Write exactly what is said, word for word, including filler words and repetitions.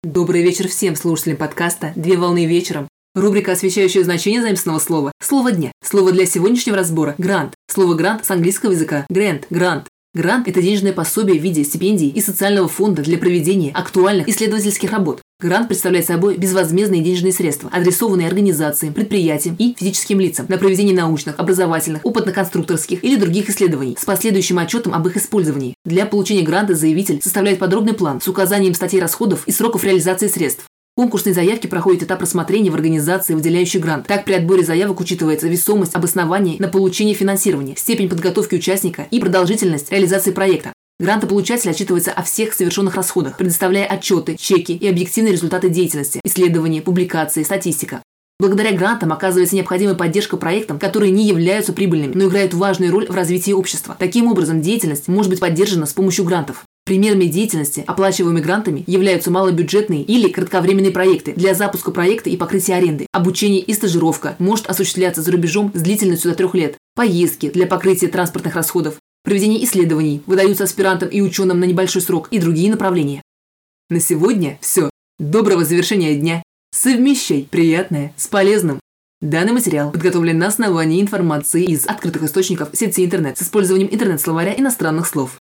Добрый вечер всем слушателям подкаста «Две волны вечером». Рубрика, освещающая значение заместного слова. Слово дня. Слово для сегодняшнего разбора – грант. Слово грант с английского языка – грант, грант. Грант – это денежное пособие в виде стипендий и социального фонда для проведения актуальных исследовательских работ. Грант представляет собой безвозмездные денежные средства, адресованные организациям, предприятиям и физическим лицам на проведение научных, образовательных, опытно-конструкторских или других исследований с последующим отчетом об их использовании. Для получения гранта заявитель составляет подробный план с указанием статей расходов и сроков реализации средств. Конкурсные заявки проходят этап рассмотрения в организации, выделяющей грант. Так, при отборе заявок учитывается весомость обоснований на получение финансирования, степень подготовки участника и продолжительность реализации проекта. Грантополучатель отчитывается о всех совершенных расходах, предоставляя отчеты, чеки и объективные результаты деятельности, исследования, публикации, статистика. Благодаря грантам оказывается необходимая поддержка проектам, которые не являются прибыльными, но играют важную роль в развитии общества. Таким образом, деятельность может быть поддержана с помощью грантов. Примерами деятельности, оплачиваемыми грантами, являются малобюджетные или кратковременные проекты для запуска проекта и покрытия аренды. Обучение и стажировка может осуществляться за рубежом с длительностью до трех лет. Поездки для покрытия транспортных расходов. Проведение исследований выдаются аспирантам и ученым на небольшой срок и другие направления. На сегодня все. Доброго завершения дня. Совмещай приятное с полезным. Данный материал подготовлен на основании информации из открытых источников сети интернет с использованием интернет-словаря иностранных слов.